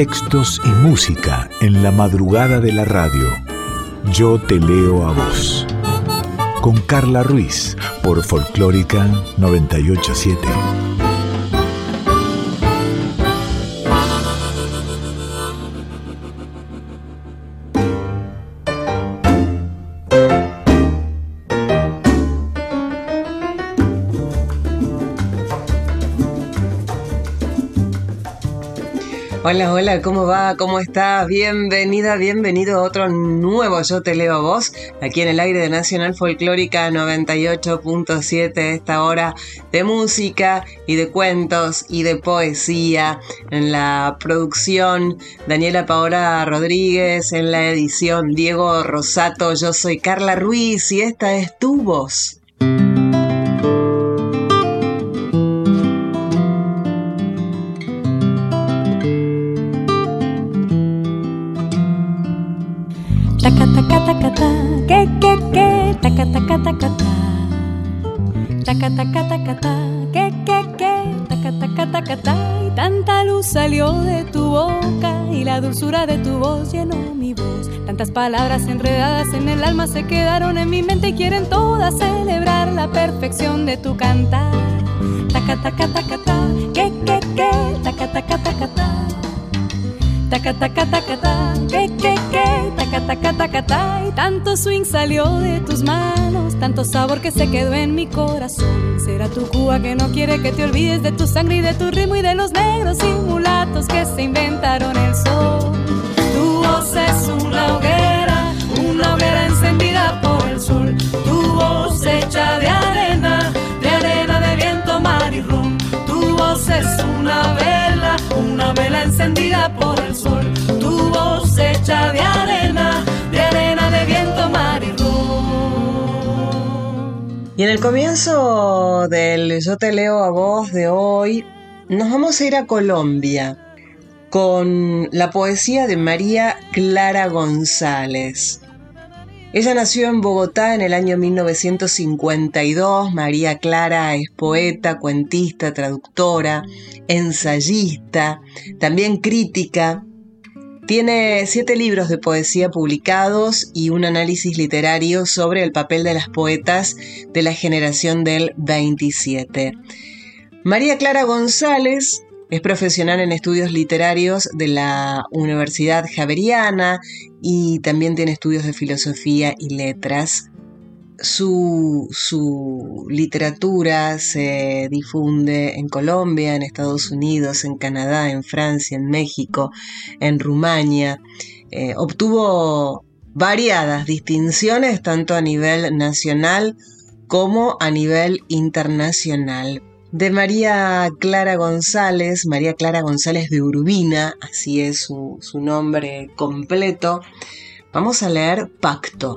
textos y música en la madrugada de la radio. Yo te leo a vos. Con Carla Ruiz, por Folclórica 987. Hola, hola, ¿cómo va? ¿Cómo estás? Bienvenida, bienvenido a otro nuevo Yo te leo a vos, aquí en el aire de Nacional Folclórica 98.7, esta hora de música y de cuentos y de poesía. En la producción, Daniela Paola Rodríguez, en la edición, Diego Rosato. Yo soy Carla Ruiz y esta es tu voz. Taca taca taca ta, que, taca taca taca ta. Taca taca taca ta, que, taca taca taca ta. Y tanta luz salió de tu boca y la dulzura de tu voz llenó mi voz. Tantas palabras enredadas en el alma se quedaron en mi mente y quieren todas celebrar la perfección de tu cantar. Taca taca taca ta, que, taca taca taca ta. Taca taca taca ta, que, taca taca taca ta. Y tanto swing salió de tus manos, tanto sabor que se quedó en mi corazón. Será tu Cuba que no quiere que te olvides de tu sangre y de tu ritmo y de los negros y mulatos que se inventaron el sol. Tu voz es una hoguera encendida por el sol. Tu voz hecha de arena, de viento, mar y ron. Tu voz es una vela encendida por el sol. Tu voz hecha de arena, de viento, mar y ron. Y en el comienzo del Yo te leo a vos de hoy, nos vamos a ir a Colombia con la poesía de María Clara González. Ella nació en Bogotá en el año 1952. María Clara es poeta, cuentista, traductora, ensayista, también crítica. Tiene 7 libros de poesía publicados y un análisis literario sobre el papel de las poetas de la generación del 27. María Clara González es profesional en estudios literarios de la Universidad Javeriana y también tiene estudios de filosofía y letras. Su literatura se difunde en Colombia, en Estados Unidos, en Canadá, en Francia, en México, en Rumania. Obtuvo variadas distinciones tanto a nivel nacional como a nivel internacional. De María Clara González de Urbina, así es su nombre completo, vamos a leer Pacto.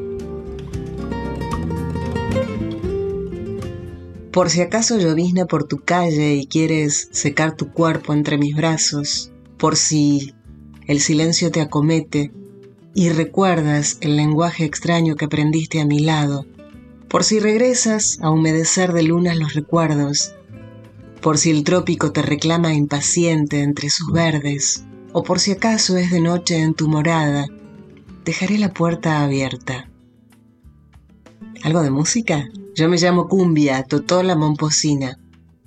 Por si acaso llovizna por tu calle y quieres secar tu cuerpo entre mis brazos, por si el silencio te acomete y recuerdas el lenguaje extraño que aprendiste a mi lado, por si regresas a humedecer de lunas los recuerdos, por si el trópico te reclama impaciente entre sus verdes, o por si acaso es de noche en tu morada, dejaré la puerta abierta. ¿Algo de música? Yo me llamo Cumbia, Totó la Momposina.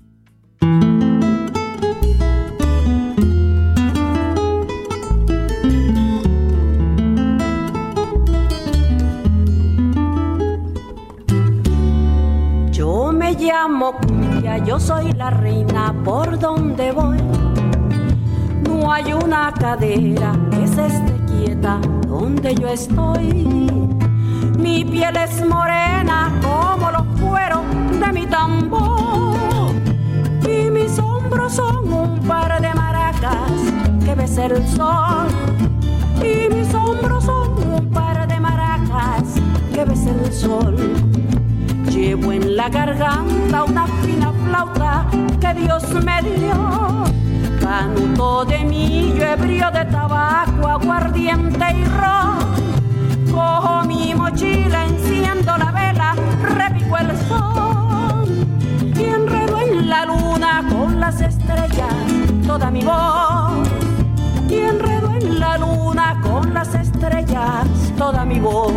Yo me llamo Cumbia, yo soy la reina por donde voy. No hay una cadera que se esté quieta donde yo estoy. Mi piel es morena como los cueros de mi tambor y mis hombros son un par de maracas que besa el sol. Y mis hombros son un par de maracas que besa el sol. Llevo en la garganta una fina flauta que Dios me dio, canuto de millo, ebrio de tabaco, aguardiente y ron. Cojo mi mochila, enciendo la vela, repico el sol y enredo en la luna con las estrellas toda mi voz. y enredo en la luna con las estrellas toda mi voz.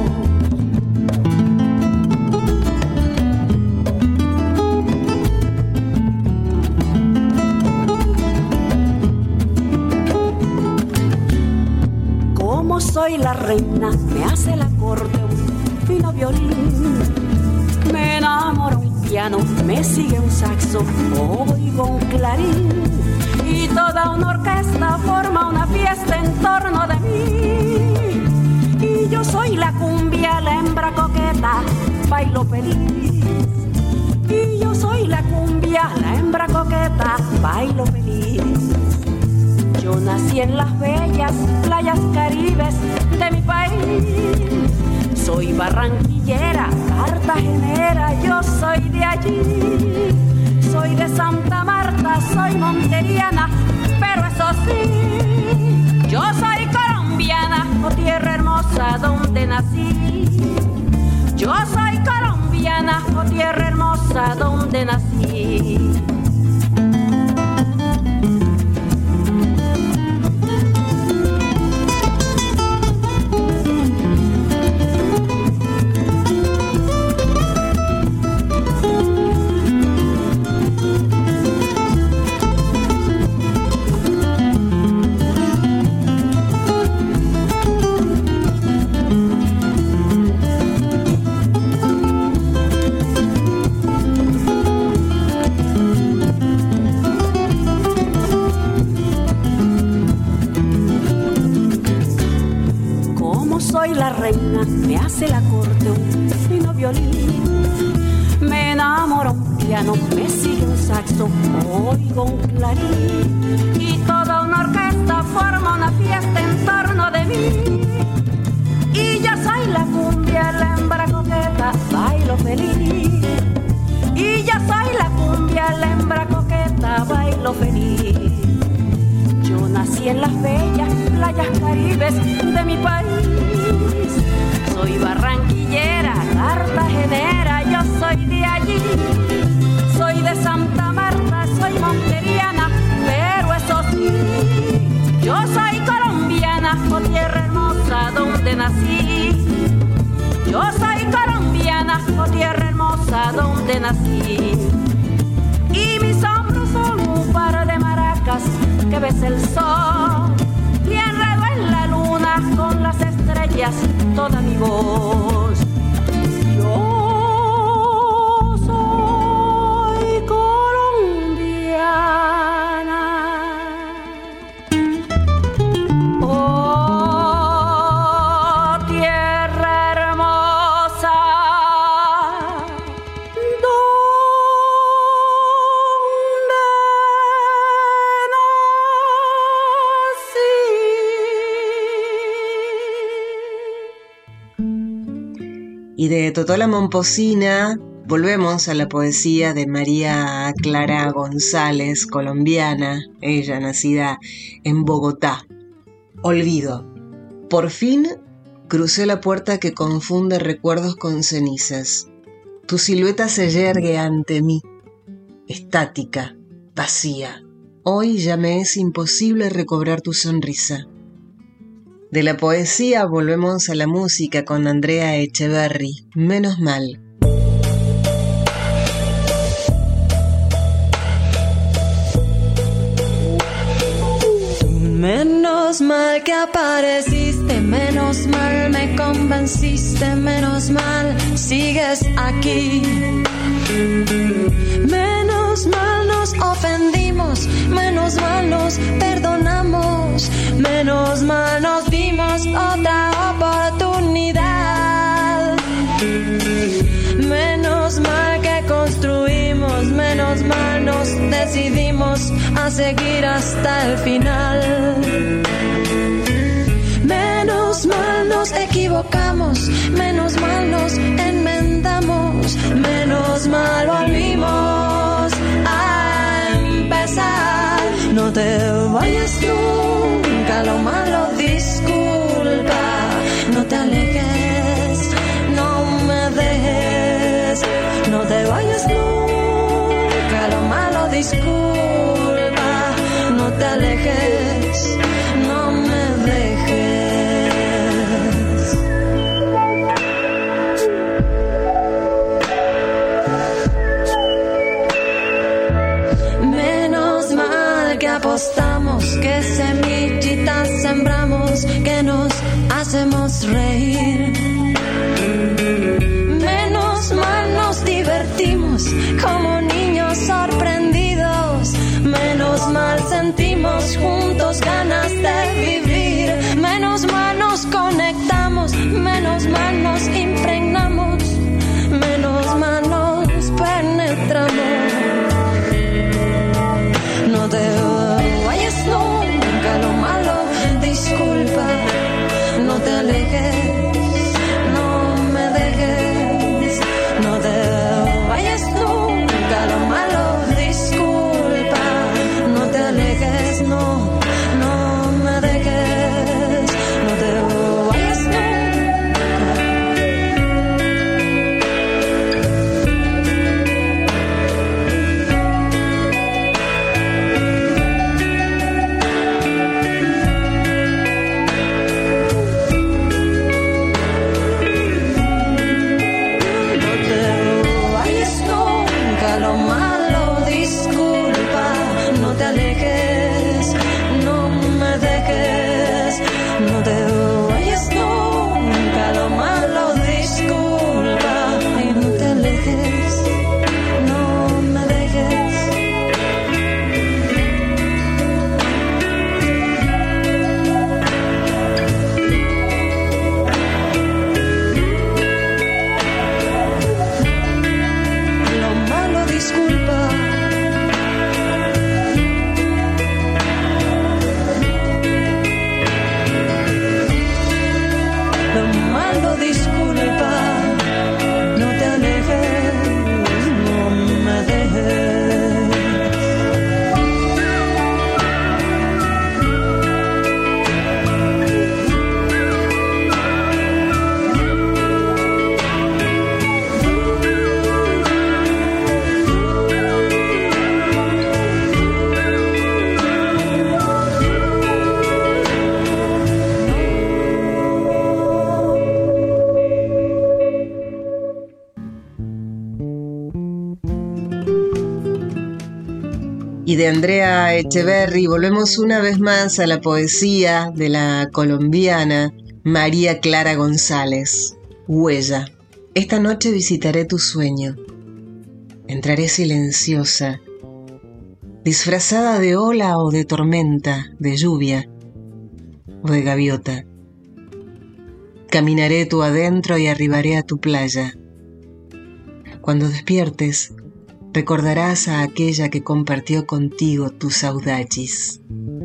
Como soy la reina, me hace la corte un fino violín. Me enamora un piano, me sigue un saxo, oigo un clarín. Y toda una orquesta forma una fiesta en torno de mí. Y yo soy la cumbia, la hembra coqueta, bailo feliz. Y yo soy la cumbia, la hembra coqueta, bailo feliz. Yo nací en las bellas playas caribes de mi país. Soy barranquillera, cartagenera, yo soy de allí. Soy de Santa Marta, soy monteriana, pero eso sí, yo soy colombiana, oh tierra hermosa donde nací. Yo soy colombiana, oh tierra hermosa donde nací. Soy la reina, me hace la corte un fino violín. Me enamora un piano, me sigue un saxo, oigo un clarín. Y toda una orquesta forma una fiesta en torno de mí. Y yo soy la cumbia, la hembra coqueta, bailo feliz. Y yo soy la cumbia, la hembra coqueta, bailo feliz. Yo nací en las bellas playas caribes de mi país. Soy barranquillera, cartagenera, yo soy de allí. Soy de Santa Marta, soy monteriana, pero eso sí, yo soy colombiana, oh tierra hermosa donde nací. Yo soy colombiana, oh tierra hermosa donde nací. Y mis hombros son un par de maracas que besa el sol y enredo en la luna con las estrellas toda mi voz. Yo soy colombiana, oh tierra hermosa Y de Totó la Momposina volvemos a la poesía de María Clara González, colombiana, ella nacida en Bogotá. Olvido. Por fin crucé la puerta que confunde recuerdos con cenizas. Tu silueta se yergue ante mí, estática, vacía. Hoy ya me es imposible recobrar tu sonrisa. De la poesía volvemos a la música con Andrea Echeverry, Menos mal. Menos mal que apareciste, menos mal me convenciste, menos mal sigues aquí. Menos mal nos ofendimos, menos mal nos perdonamos, menos mal nos dimos otra oportunidad. Menos mal que construimos, menos mal nos decidimos a seguir hasta el final. Menos mal nos equivocamos, menos mal nos enmendamos, menos mal volvimos a empezar. No te vayas nunca, lo malo disculpa, no te alejes, no me dejes, no te vayas nunca, lo malo disculpa, no te alejes, no apostamos, qué semillitas sembramos, que nos hacemos reír. Menos mal nos divertimos como niños sorprendidos. Menos mal sentimos juntos ganas de vivir. Menos mal nos conectamos, menos mal nos impregnamos, menos mal nos penetramos. No te vayas nunca, lo malo, disculpa, no te alejes, no me dejes, no te vayas nunca, lo malo, disculpa, no te alejes, no me dejes, no te vayas nunca. Y de Andrea Echeverri volvemos una vez más a la poesía de la colombiana María Clara González. Huella. Esta noche visitaré tu sueño. Entraré silenciosa, disfrazada de ola o de tormenta, de lluvia o de gaviota. Caminaré tu adentro y arribaré a tu playa. Cuando despiertes, recordarás a aquella que compartió contigo tus audaces.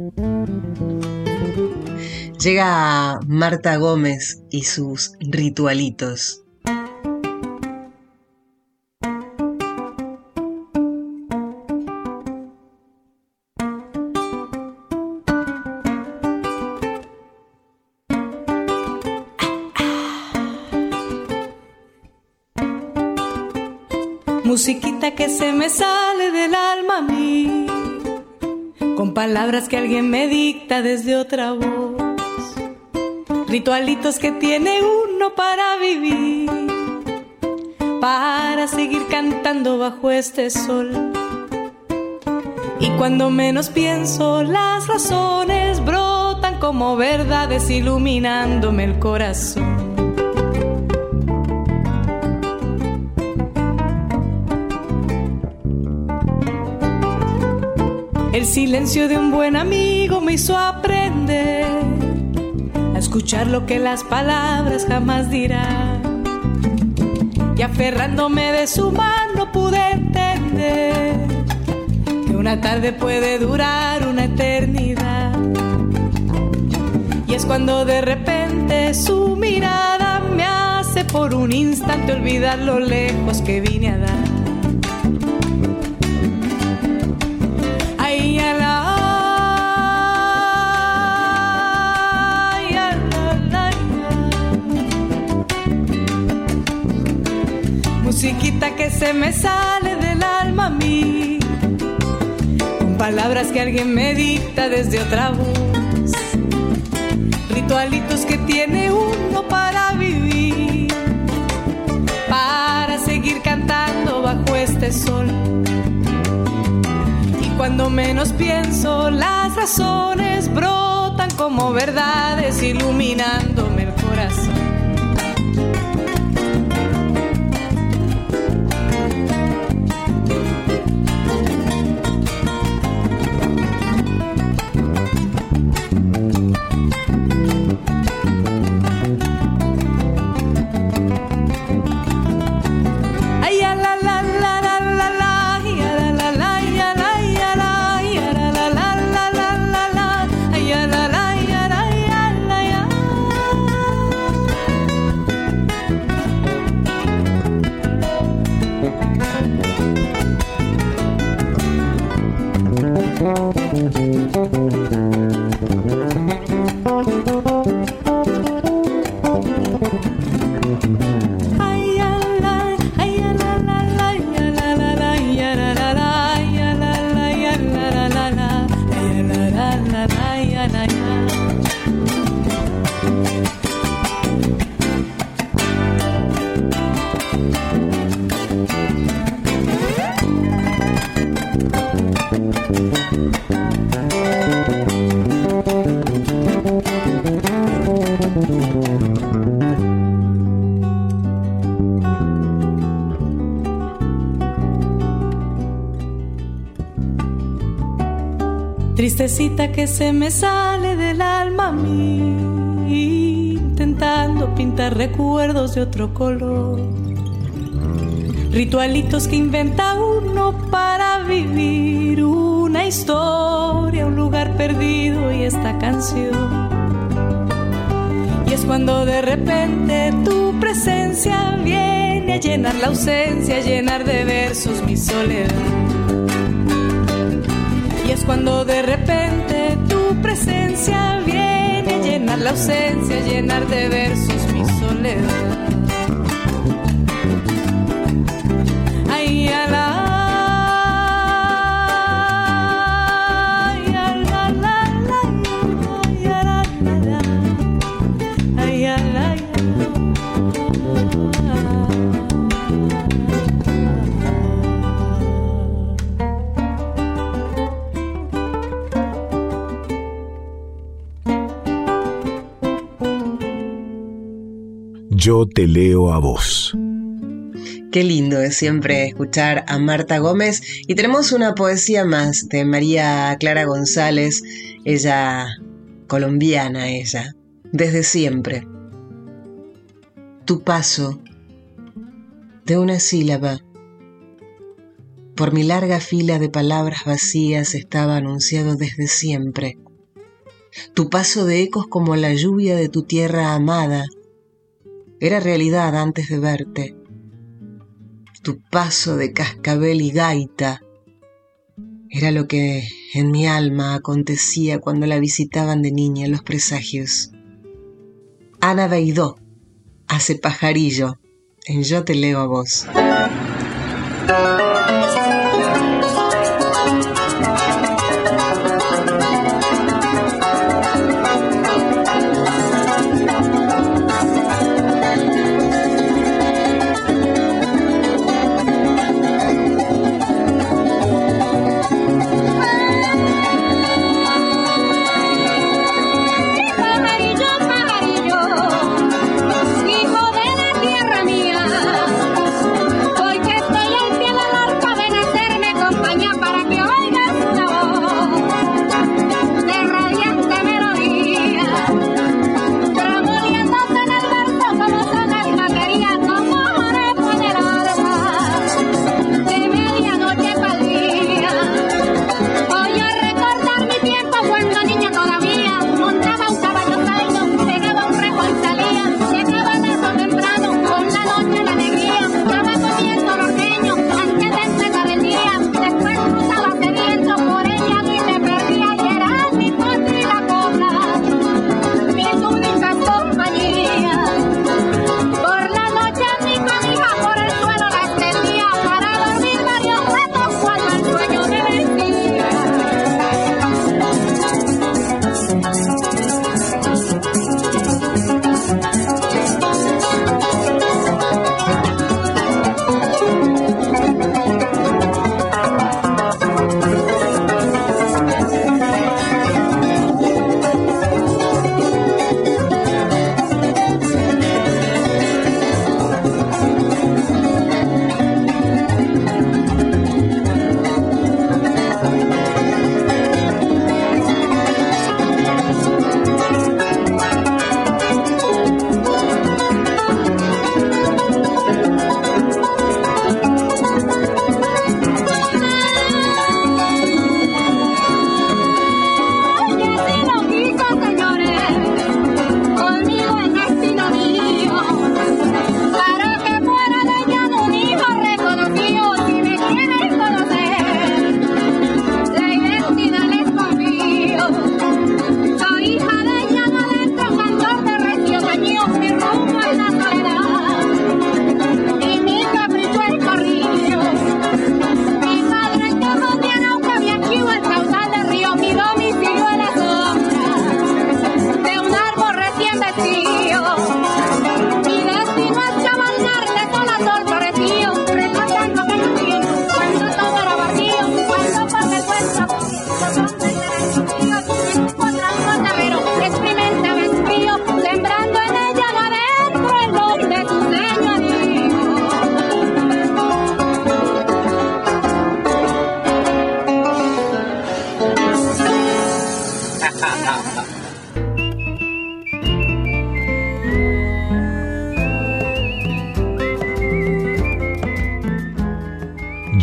Llega Marta Gómez y sus ritualitos. Musiquita que se me sale del alma a mí, con palabras que alguien me dicta desde otra voz. Ritualitos que tiene uno para vivir, para seguir cantando bajo este sol. Y cuando menos pienso, las razones brotan como verdades iluminándome el corazón. El silencio de un buen amigo me hizo aprender a escuchar lo que las palabras jamás dirán. Y aferrándome de su mano pude entender que una tarde puede durar una eternidad. Y es cuando de repente su mirada me hace por un instante olvidar lo lejos que vine a dar. Musiquita que se me sale del alma a mí, con palabras que alguien me dicta desde otra voz. Ritualitos que tiene uno para vivir, para seguir cantando bajo este sol. Y cuando cuando menos pienso, las razones brotan como verdades, iluminándome el corazón. Tristecita que se me sale del alma a mí, intentando pintar recuerdos de otro color. Ritualitos que inventa uno para vivir una historia, un lugar perdido y esta canción. Y es cuando de repente tu presencia viene a llenar la ausencia, a llenar de versos mi soledad. Y es cuando de repente tu presencia viene a llenar la ausencia, a llenar de versos mi soledad. Ay, a la Yo te leo a vos. Qué lindo es siempre escuchar a Marta Gómez. Y tenemos una poesía más de María Clara González, ella colombiana, ella, desde siempre. Tu paso de una sílaba por mi larga fila de palabras vacías estaba anunciado desde siempre. Tu paso de ecos como la lluvia de tu tierra amada era realidad antes de verte. Tu paso de cascabel y gaita era lo que en mi alma acontecía cuando la visitaban de niña los presagios. Ana Beidó hace Pajarillo en Yo te leo a vos. Hijo de la tierra mía, hoy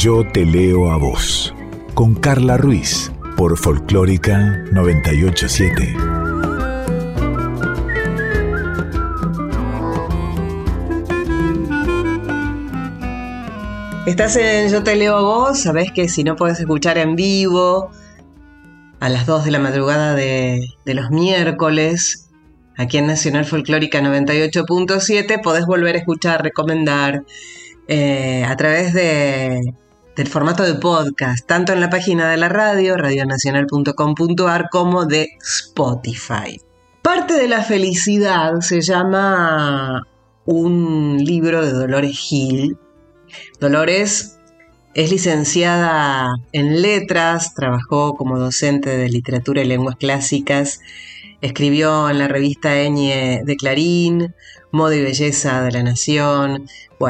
Yo te leo a vos, con Carla Ruiz, por Folclórica 987. Estás en Yo te leo a vos, sabés que si no podés escuchar en vivo a las 2 de la madrugada de los miércoles, aquí en Nacional Folclórica 98.7, podés volver a escuchar, recomendar a través del formato de podcast, tanto en la página de la radio, radionacional.com.ar, como de Spotify. Parte de la felicidad se llama un libro de Dolores Gil. Dolores es licenciada en letras, trabajó como docente de literatura y lenguas clásicas, escribió en la revista Eñe de Clarín, Moda y Belleza de la Nación,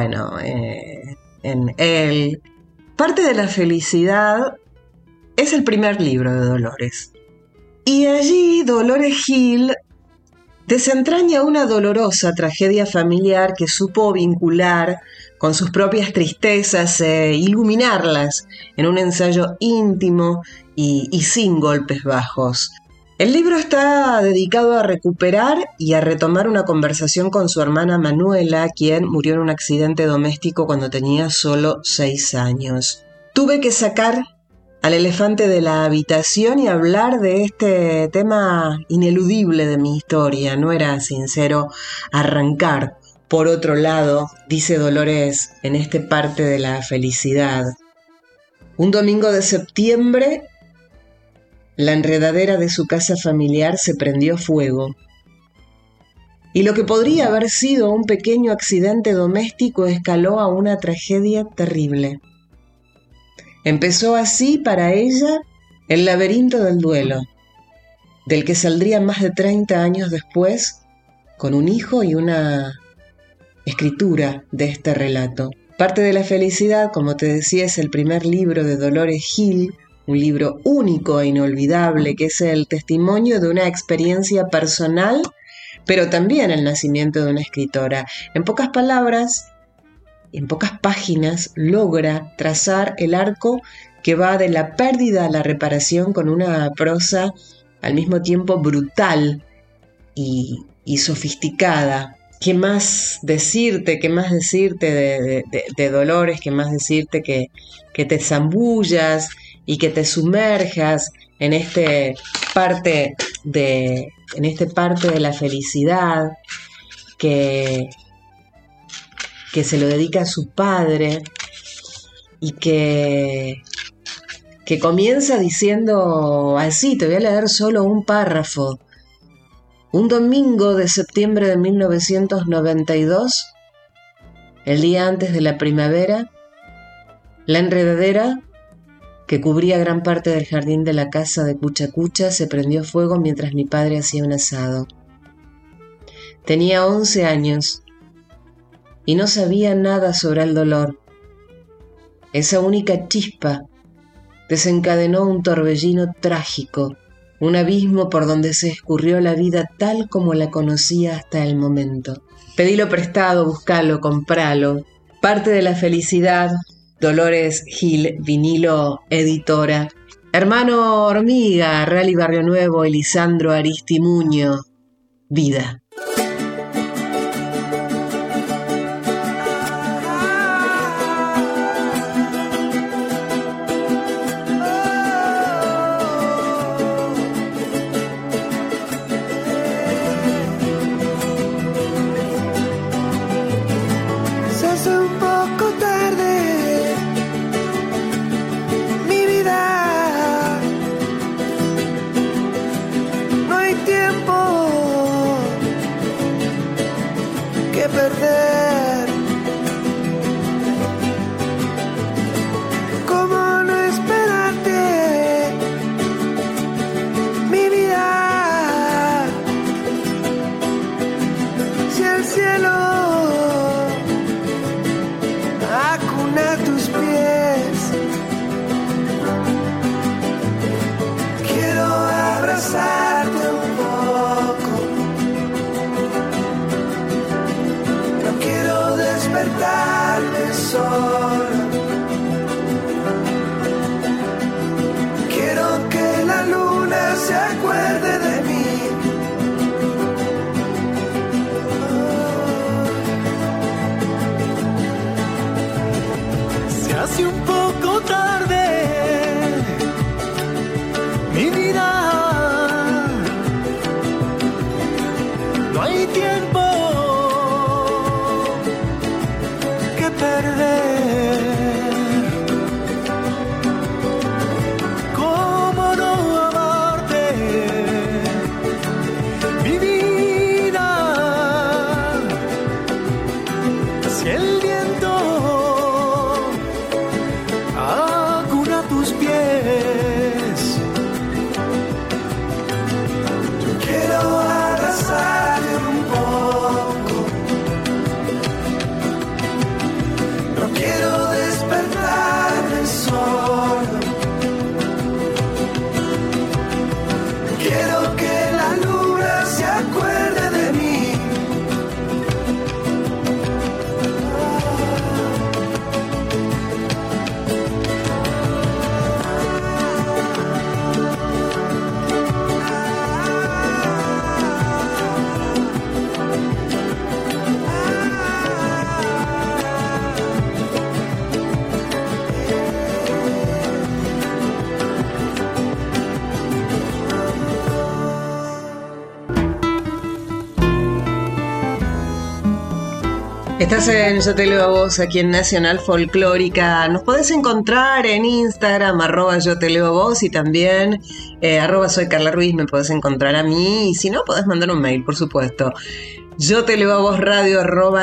en él. Parte de la felicidad es el primer libro de Dolores. Y allí Dolores Gil desentraña una dolorosa tragedia familiar que supo vincular con sus propias tristezas e iluminarlas en un ensayo íntimo y sin golpes bajos. El libro está dedicado a recuperar y a retomar una conversación con su hermana Manuela, quien murió en un accidente doméstico cuando tenía solo 6 años. Tuve que sacar al elefante de la habitación y hablar de este tema ineludible de mi historia. No era sincero arrancar por otro lado, dice Dolores en este parte de la felicidad. Un domingo de septiembre, la enredadera de su casa familiar se prendió fuego. Y lo que podría haber sido un pequeño accidente doméstico escaló a una tragedia terrible. Empezó así para ella el laberinto del duelo, del que saldría más de 30 años después con un hijo y una escritura de este relato. Parte de la felicidad, como te decía, es el primer libro de Dolores Gil, un libro único e inolvidable que es el testimonio de una experiencia personal, pero también el nacimiento de una escritora. En pocas palabras, en pocas páginas, logra trazar el arco que va de la pérdida a la reparación con una prosa al mismo tiempo brutal y sofisticada. ¿Qué más decirte? ¿Qué más decirte de Dolores? ¿Qué más decirte que te zambullas y que te sumerjas en este parte de la felicidad que se lo dedica a su padre y que comienza diciendo así? Te voy a leer solo un párrafo. Un domingo de septiembre de 1992, el día antes de la primavera, la enredadera que cubría gran parte del jardín de la casa de Cucha Cucha se prendió fuego mientras mi padre hacía un asado. Tenía 11 años y no sabía nada sobre el dolor. Esa única chispa desencadenó un torbellino trágico, un abismo por donde se escurrió la vida tal como la conocía hasta el momento. Pedilo prestado, buscalo, compralo. Parte de la felicidad, Dolores Gil, vinilo, editora. Hermano Hormiga, Rally Barrio Nuevo, Elisandro Aristimuño, vida. Estás en Yo Te Leo a Vos aquí en Nacional Folclórica. Nos podés encontrar en Instagram, @Yo Te Leo a Vos, y también @Soy Carla Ruiz, me podés encontrar a mí. Y si no, podés mandar un mail, por supuesto. Yo Te Leo a Vos radio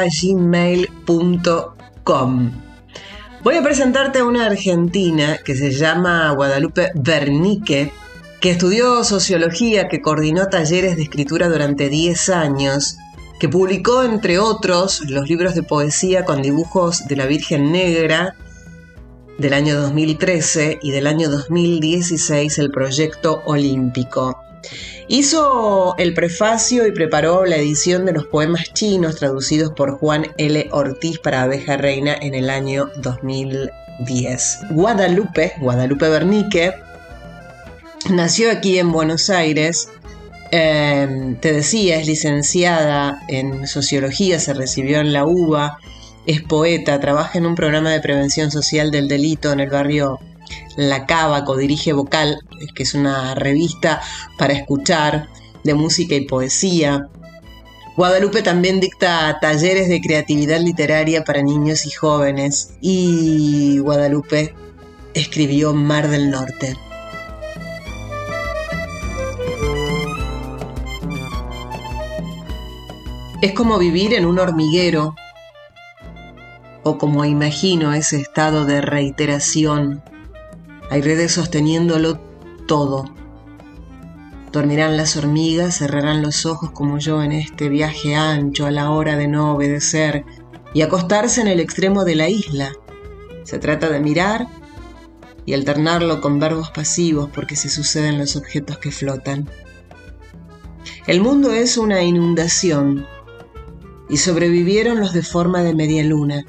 @gmail.com. Voy a presentarte a una argentina que se llama Guadalupe Bernique, que estudió sociología, que coordinó talleres de escritura durante 10 años, que publicó, entre otros, los libros de poesía con dibujos de la Virgen Negra del año 2013 y del año 2016 el Proyecto Olímpico. Hizo el prefacio y preparó la edición de los poemas chinos traducidos por Juan L. Ortiz para Abeja Reina en el año 2010. Guadalupe Bernique nació aquí en Buenos Aires. Te decía, es licenciada en sociología, se recibió en la UBA, es poeta, trabaja en un programa de prevención social del delito en el barrio La Cava, codirige Vocal, que es una revista para escuchar de música y poesía. Guadalupe también dicta talleres de creatividad literaria para niños y jóvenes, y Guadalupe escribió Mar del Norte. Es como vivir en un hormiguero, o como imagino ese estado de reiteración. Hay redes sosteniéndolo todo. Dormirán las hormigas, cerrarán los ojos como yo en este viaje ancho a la hora de no obedecer y acostarse en el extremo de la isla. Se trata de mirar y alternarlo con verbos pasivos porque se suceden los objetos que flotan. El mundo es una inundación. Y sobrevivieron los de forma de media luna.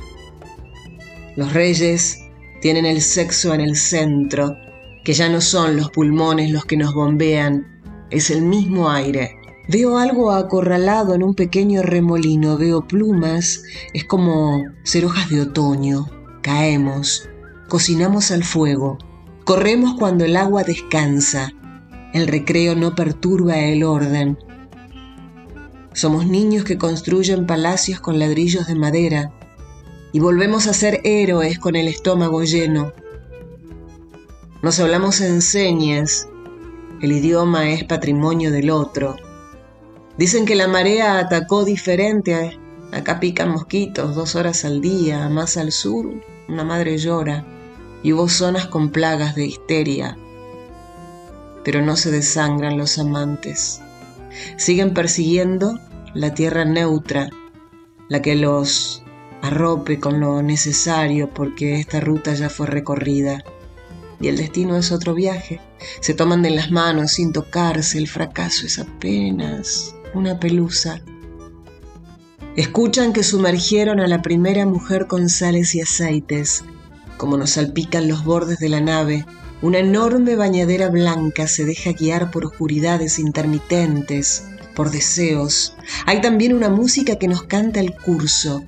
Los reyes tienen el sexo en el centro, que ya no son los pulmones los que nos bombean, es el mismo aire. Veo algo acorralado en un pequeño remolino, veo plumas, es como ser hojas de otoño. Caemos, cocinamos al fuego, corremos cuando el agua descansa, el recreo no perturba el orden. Somos niños que construyen palacios con ladrillos de madera y volvemos a ser héroes con el estómago lleno. Nos hablamos en señas, el idioma es patrimonio del otro. Dicen que la marea atacó diferente, acá pican mosquitos 2 horas al día, más al sur una madre llora y hubo zonas con plagas de histeria, pero no se desangran los amantes. Siguen persiguiendo la tierra neutra, la que los arrope con lo necesario porque esta ruta ya fue recorrida y el destino es otro viaje. Se toman de las manos sin tocarse, el fracaso es apenas una pelusa. Escuchan que sumergieron a la primera mujer con sales y aceites, como nos salpican los bordes de la nave. Una enorme bañadera blanca se deja guiar por oscuridades intermitentes, por deseos. Hay también una música que nos canta el curso.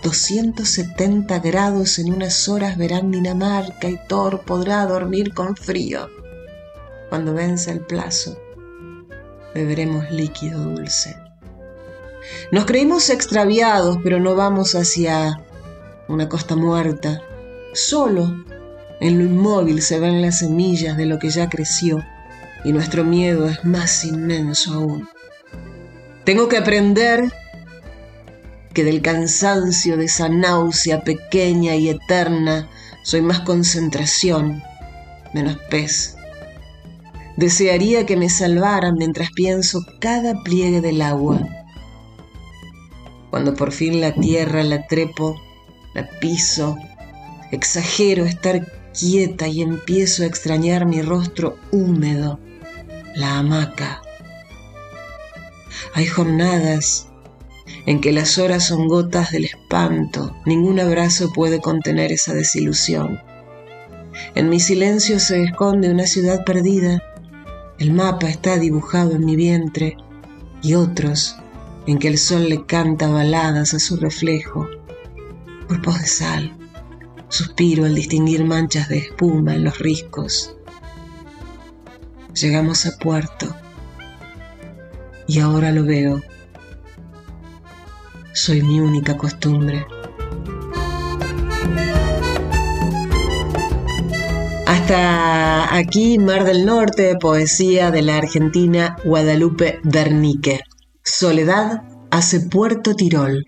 270 grados en unas horas verán Dinamarca y Thor podrá dormir con frío. Cuando vence el plazo, beberemos líquido dulce. Nos creímos extraviados, pero no vamos hacia una costa muerta. Solo en lo inmóvil se ven las semillas de lo que ya creció y nuestro miedo es más inmenso aún. Tengo que aprender que del cansancio de esa náusea pequeña y eterna soy más concentración, menos pez. Desearía que me salvaran mientras pienso cada pliegue del agua. Cuando por fin la tierra la trepo, la piso, exagero estar quieta y empiezo a extrañar mi rostro húmedo, la hamaca. Hay jornadas en que las horas son gotas del espanto, ningún abrazo puede contener esa desilusión. En mi silencio se esconde una ciudad perdida, el mapa está dibujado en mi vientre, y otros en que el sol le canta baladas a su reflejo, cuerpos de sal. Suspiro al distinguir manchas de espuma en los riscos. Llegamos a puerto y ahora lo veo. Soy mi única costumbre. Hasta aquí Mar del Norte, poesía de la argentina Guadalupe Bernique. Soledad hace Puerto Tirol.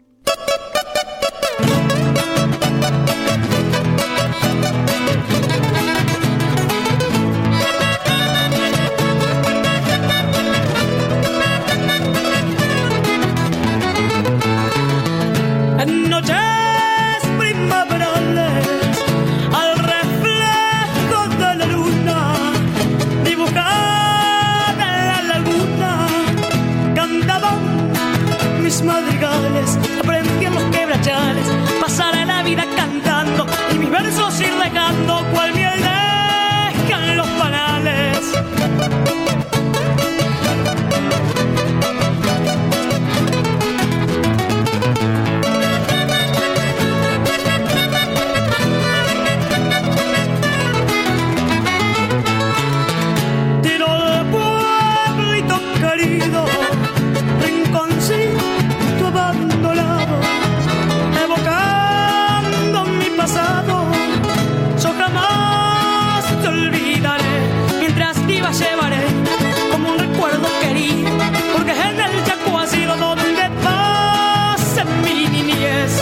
Aprendí en los quebrachales, pasaré la vida cantando y mis versos ir dejando cual miel dejan los panales. Tirol, pueblito querido, rinconcito abandonado, evocando mi pasado. Yo jamás te olvidaré, mientras viva llevaré como un recuerdo querido, porque en el Chaco ha sido donde pasé mi niñez.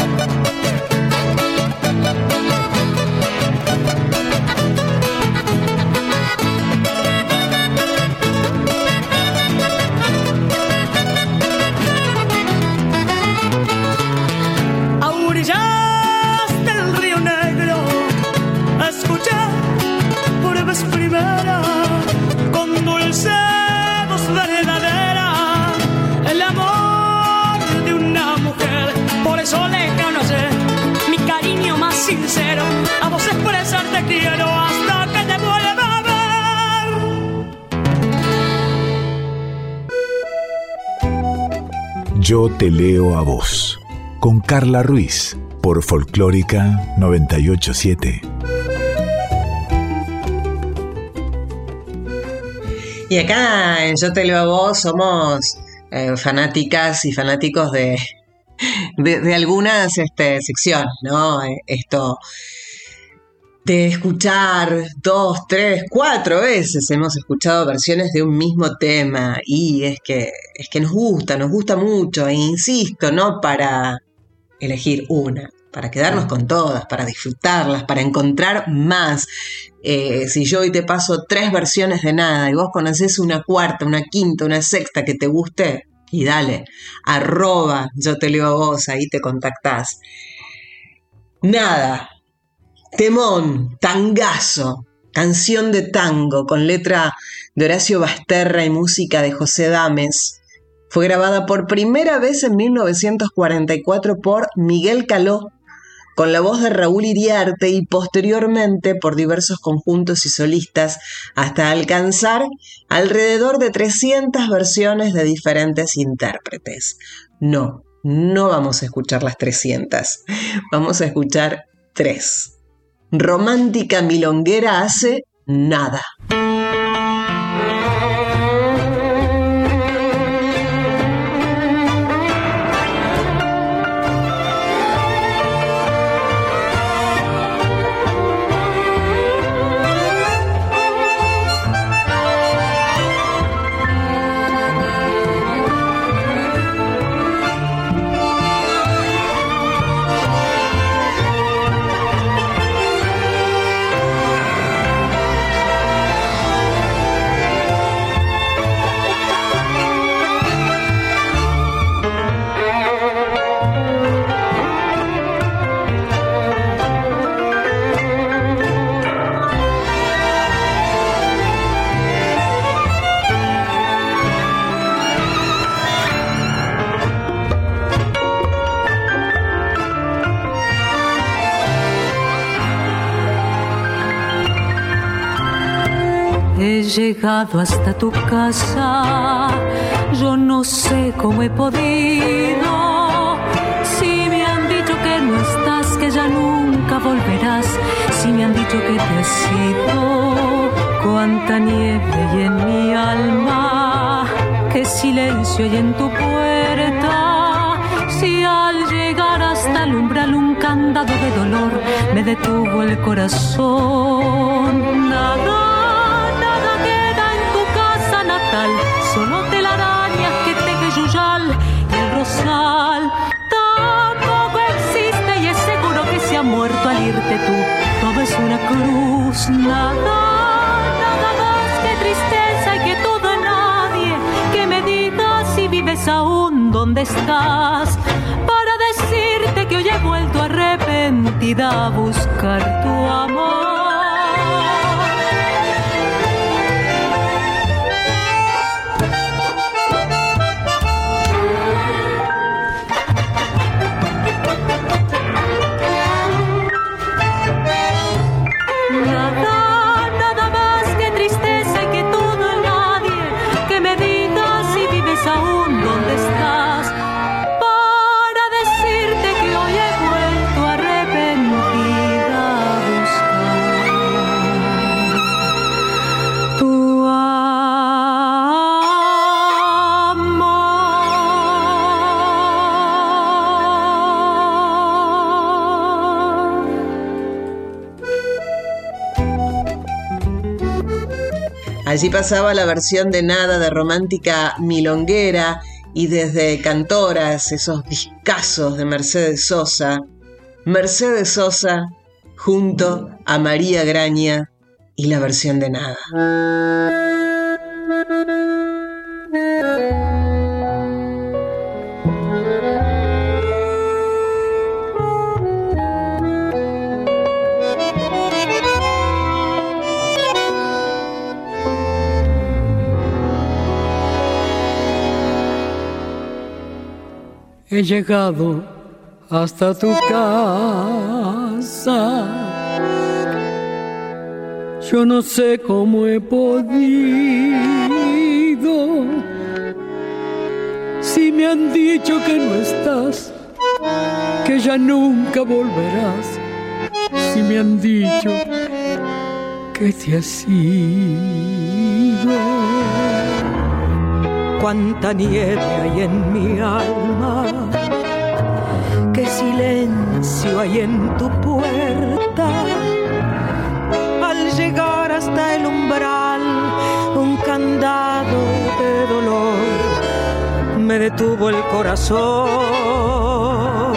Primera, con dulce voz verdadera, el amor de una mujer. Por eso lejano sé mi cariño más sincero, a vos expresarte quiero hasta que te vuelva a ver. Yo te leo a vos, con Carla Ruiz, por Folclórica 987. Y acá en Yo te leo a vos somos fanáticas y fanáticos de algunas secciones, ¿no? Esto de escuchar 2, 3, 4 veces hemos escuchado versiones de un mismo tema y es que nos gusta mucho, e insisto, no para elegir una, para quedarnos con todas, para disfrutarlas, para encontrar más. Si yo hoy te paso 3 versiones de nada y vos conocés una cuarta, una quinta, una sexta que te guste, y dale, @ yo te leo a vos, ahí te contactás. Nada, temón, tangazo, canción de tango con letra de Horacio Basterra y música de José Dames. Fue grabada por primera vez en 1944 por Miguel Caló, con la voz de Raúl Iriarte y posteriormente por diversos conjuntos y solistas, hasta alcanzar alrededor de 300 versiones de diferentes intérpretes. No vamos a escuchar las 300, vamos a escuchar 3. Romántica milonguera hace nada. He llegado hasta tu casa, yo no sé cómo he podido. Si me han dicho que no estás, que ya nunca volverás, si me han dicho que te has ido, cuánta nieve hay en mi alma, qué silencio hay en tu puerta. Si al llegar hasta puerta al umbral un candado de dolor me detuvo el corazón. Nada queda en tu casa natal, solo telarañas que teje yuyal y el rosal. Tampoco existe y es seguro que se ha muerto al irte tú. Todo es una cruz, nada más que tristeza y que todo nadie que me digas si vives aún donde estás, para decirte que hoy he vuelto arrepentida a buscar tu amor. Nada más que tristeza y que todo nadie que me digas si vives aún donde estás, para decirte que hoy he vuelto arrepentida a buscar tu Allí pasaba la versión de Nada de Romántica Milonguera y desde Cantoras, esos discazos de Mercedes Sosa junto a María Graña y la versión de Nada. He llegado hasta tu casa, yo no sé cómo he podido. Si me han dicho que no estás, que ya nunca volverás. Si me han dicho que te has ido. Cuánta nieve hay en mi alma, qué silencio hay en tu puerta. Al llegar hasta el umbral, un candado de dolor me detuvo el corazón.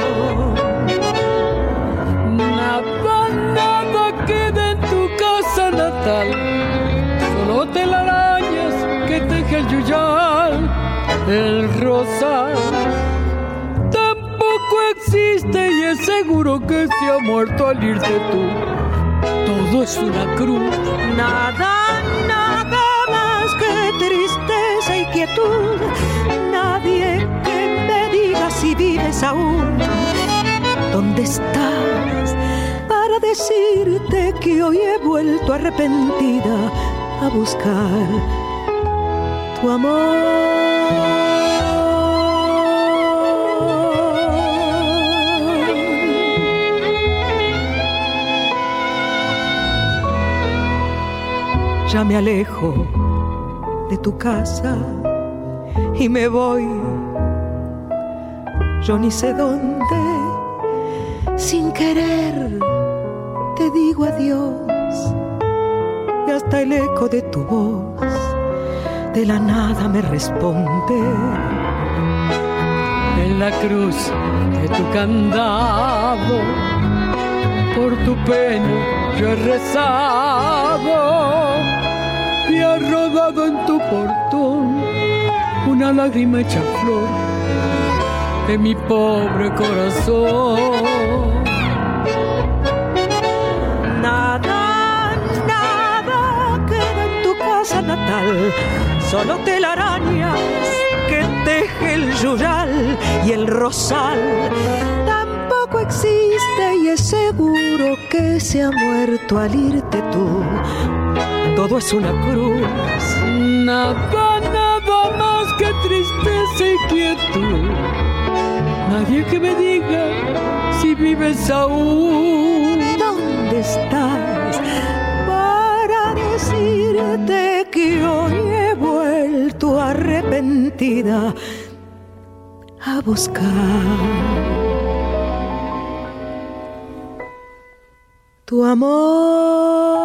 Nada queda en tu casa natal, solo telarañas que teje el yuyal, el rosal. Tampoco existe y es seguro que se ha muerto al irte tú. Todo es una cruz. Nada más que tristeza y quietud. Nadie que me diga si vives aún. ¿Dónde estás? Para decirte que hoy he vuelto arrepentida a buscar tu amor. Ya me alejo de tu casa y me voy, yo ni sé dónde. Sin querer te digo adiós y hasta el eco de tu voz de la nada me responde. En la cruz de tu candado, por tu pena yo he rezado. Y ha rodado en tu portón una lágrima hecha flor de mi pobre corazón. Nada queda en tu casa natal, solo telarañas que teje el yuyal y el rosal. Tampoco existe y es seguro que se ha muerto al irte tú. Todo es una cruz. Nada más que tristeza y quietud. Nadie que me diga si vives aún. ¿Dónde estás? Para decirte que hoy he vuelto arrepentida a buscar tu amor.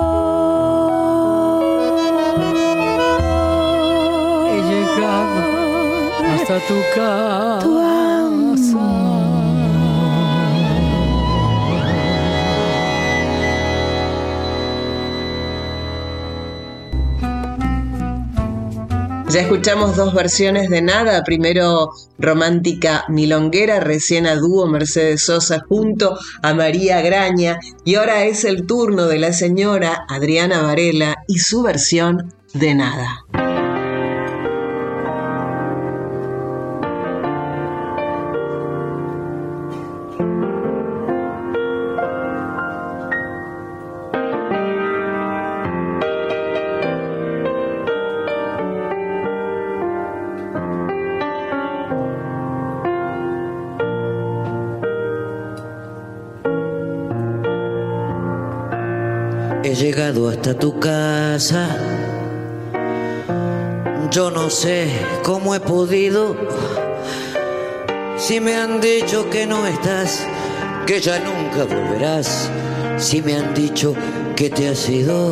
He llegado hasta tu casa. Tu Ya escuchamos dos versiones de Nada, primero romántica milonguera, recién a dúo Mercedes Sosa junto a María Graña, y ahora es el turno de la señora Adriana Varela y su versión de Nada. He llegado hasta tu casa, yo no sé cómo he podido. Si me han dicho que no estás, que ya nunca volverás. Si me han dicho que te has ido,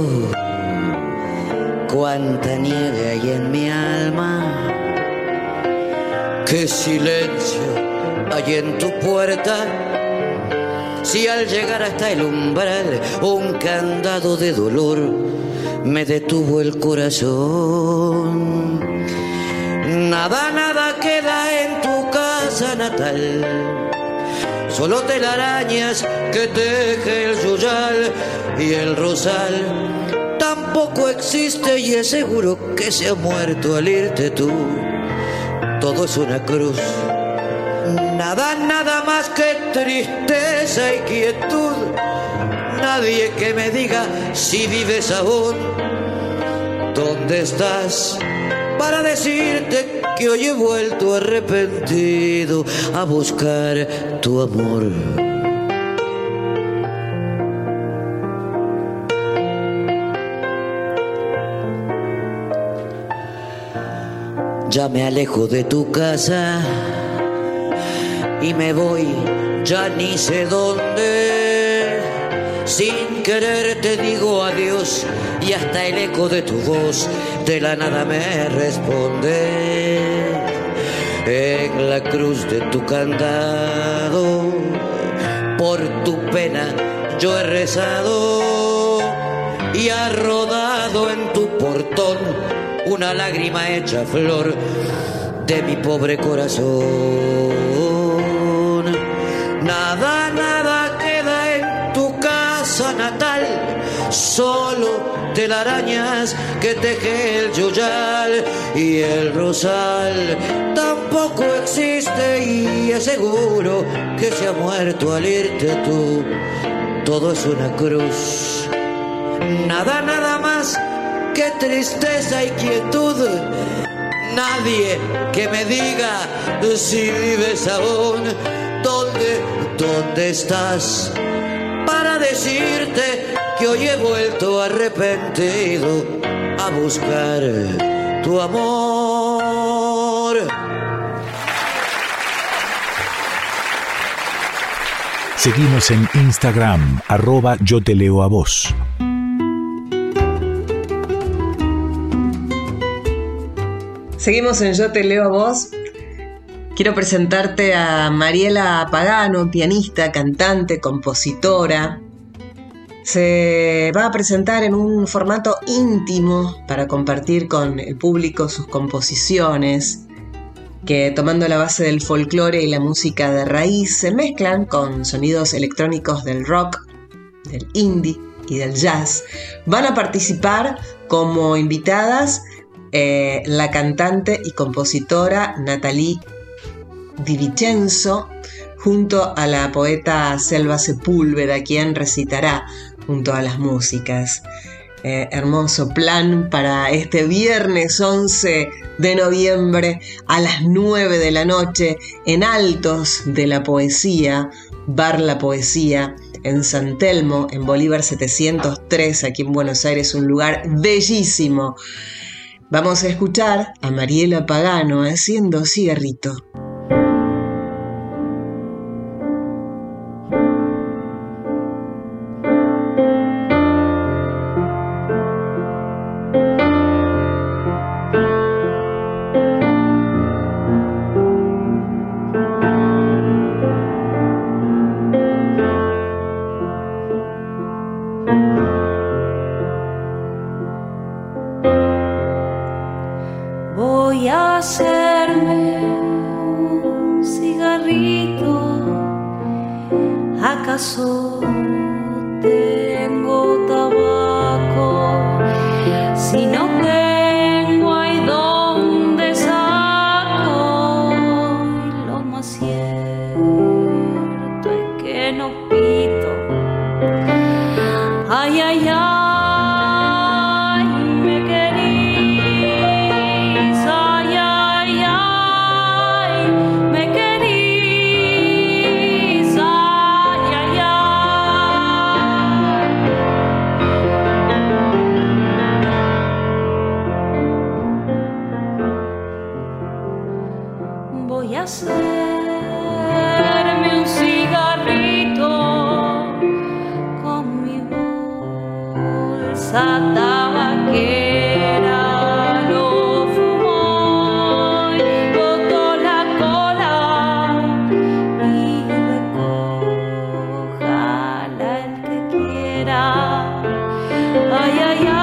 cuánta nieve hay en mi alma, qué silencio hay en tu puerta. Si al llegar hasta el umbral un candado de dolor me detuvo el corazón. Nada, nada queda en tu casa natal, solo telarañas que teje el yuyal y el rosal. Tampoco existe y es seguro que se ha muerto al irte tú. Todo es una cruz. Nada, nada más que tristeza y quietud. Nadie que me diga si vives aún. ¿Dónde estás? Para decirte que hoy he vuelto arrepentido a buscar tu amor. Ya me alejo de tu casa y me voy, ya ni sé dónde. Sin querer te digo adiós y hasta el eco de tu voz de la nada me responde. En la cruz de tu candado, por tu pena yo he rezado y ha rodado en tu portón una lágrima hecha flor de mi pobre corazón. Nada, nada queda en tu casa natal, solo telarañas que teje el yuyal y el rosal. Tampoco existe y es seguro que se ha muerto al irte tú. Todo es una cruz. Nada, nada más que tristeza y quietud. Nadie que me diga si vives aún. ¿Dónde estás? Para decirte que hoy he vuelto arrepentido a buscar tu amor. Seguimos en Instagram, @YoTeLeoAVos. Seguimos en Yo Te Leo a Vos. Quiero presentarte a Mariela Pagano, pianista, cantante, compositora. Se va a presentar en un formato íntimo para compartir con el público sus composiciones, que tomando la base del folclore y la música de raíz se mezclan con sonidos electrónicos del rock, del indie y del jazz. Van a participar como invitadas la cantante y compositora Natalie Di Vincenzo junto a la poeta Selva Sepúlveda, quien recitará junto a las músicas. Hermoso plan para este viernes 11 de noviembre a las 9 de la noche en Altos de la Poesía, Bar La Poesía, en San Telmo, en Bolívar 703, aquí en Buenos Aires, un lugar bellísimo. Vamos a escuchar a Mariela Pagano haciendo cigarrito. Voy a hacerme un cigarrito. ¿Acaso tengo tabaco? Si no tengo, hay donde saco. Y lo más cierto es que no pito. Ay, ay, ay. Hacerme un cigarrito con mi bolsa tabaquera. Lo fumo y boto la cola y recójala el que quiera. Ay, ay, ay.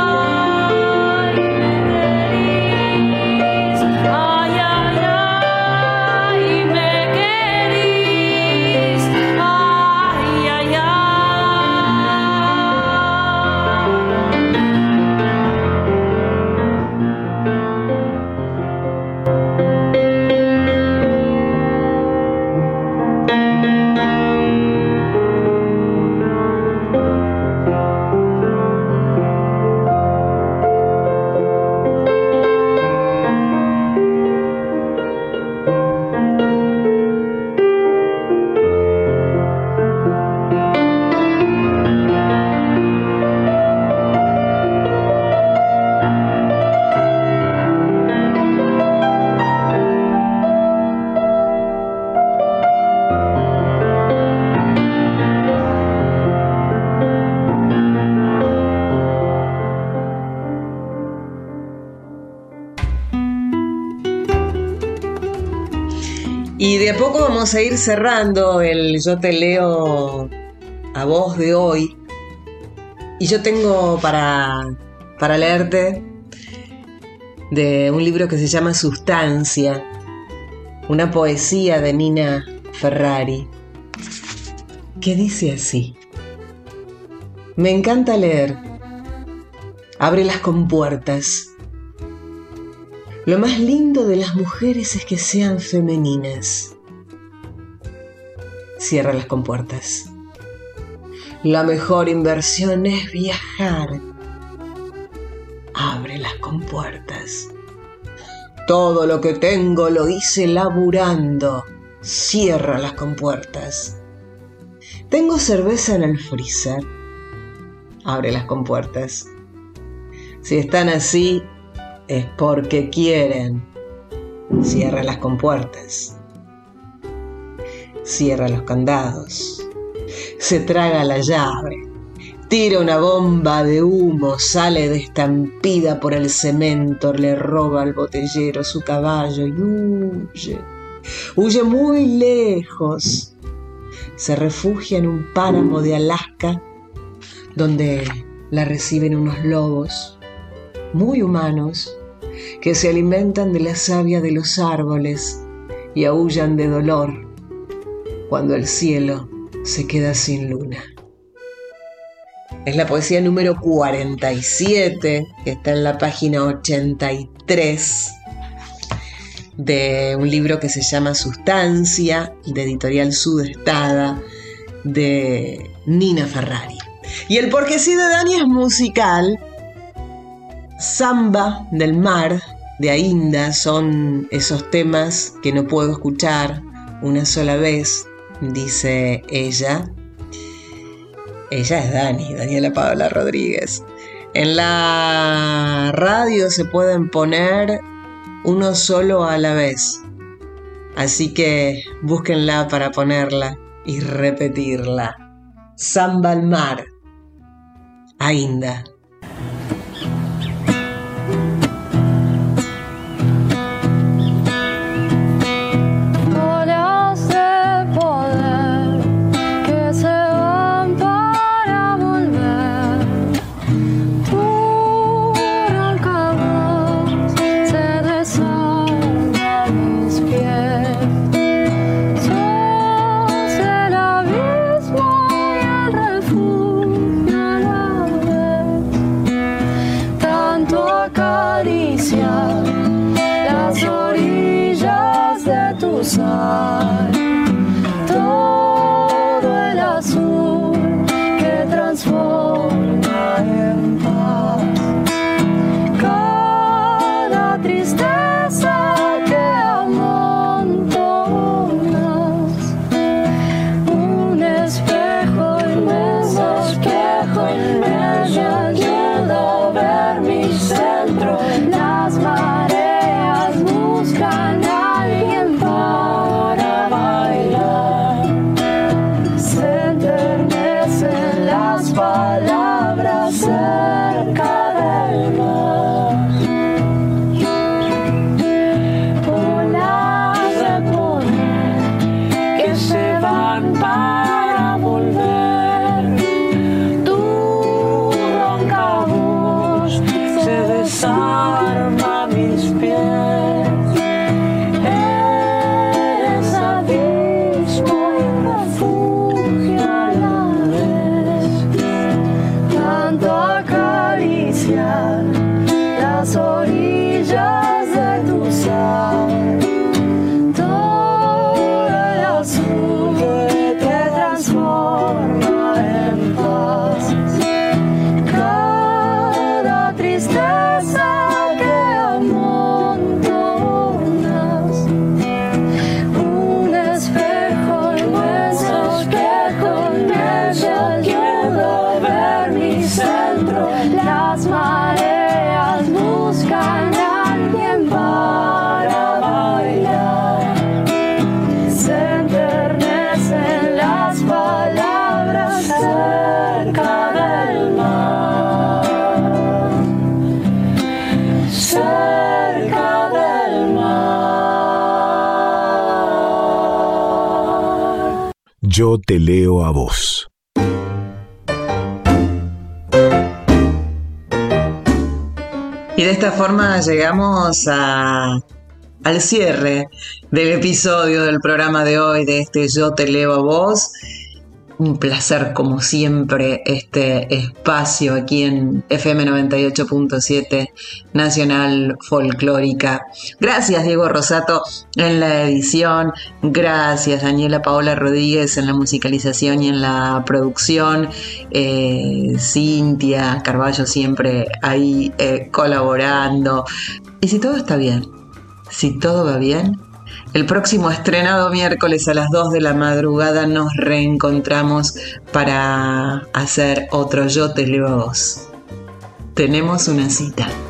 Y de a poco vamos a ir cerrando el Yo te leo a vos de hoy. Y yo tengo para leerte de un libro que se llama Sustancia, una poesía de Nina Ferrari, que dice así: me encanta leer, abre las compuertas. Lo más lindo de las mujeres es que sean femeninas. Cierra las compuertas. La mejor inversión es viajar. Abre las compuertas. Todo lo que tengo lo hice laburando. Cierra las compuertas. Tengo cerveza en el freezer. Abre las compuertas. Si están así, es porque quieren. Cierra las compuertas. Cierra los candados. Se traga la llave. Tira una bomba de humo. Sale de estampida por el cemento. Le roba al botellero su caballo y huye. Huye muy lejos. Se refugia en un páramo de Alaska, donde la reciben unos lobos muy humanos que se alimentan de la savia de los árboles y aúllan de dolor cuando el cielo se queda sin luna. Es la poesía número 47, que está en la página 83 de un libro que se llama Sustancia, de Editorial Sudestada, de Nina Ferrari. Y el Porque sí de Dani es musical. Samba del mar, de Ainda, son esos temas que no puedo escuchar una sola vez, dice ella. Ella es Dani, Daniela Paola Rodríguez. En la radio se pueden poner uno solo a la vez, así que búsquenla para ponerla y repetirla. Samba al mar, Ainda. Song Yo te leo a vos. Y de esta forma llegamos al cierre del episodio del programa de hoy, de este Yo te leo a vos. Un placer, como siempre, este espacio aquí en FM 98.7 Nacional Folclórica. Gracias, Diego Rosato, en la edición. Gracias, Daniela Paola Rodríguez, en la musicalización y en la producción. Cintia Carballo siempre ahí colaborando. Y si todo está bien, si todo va bien, el próximo estrenado miércoles a las 2 de la madrugada nos reencontramos para hacer otro Yo te leo a vos. Tenemos una cita.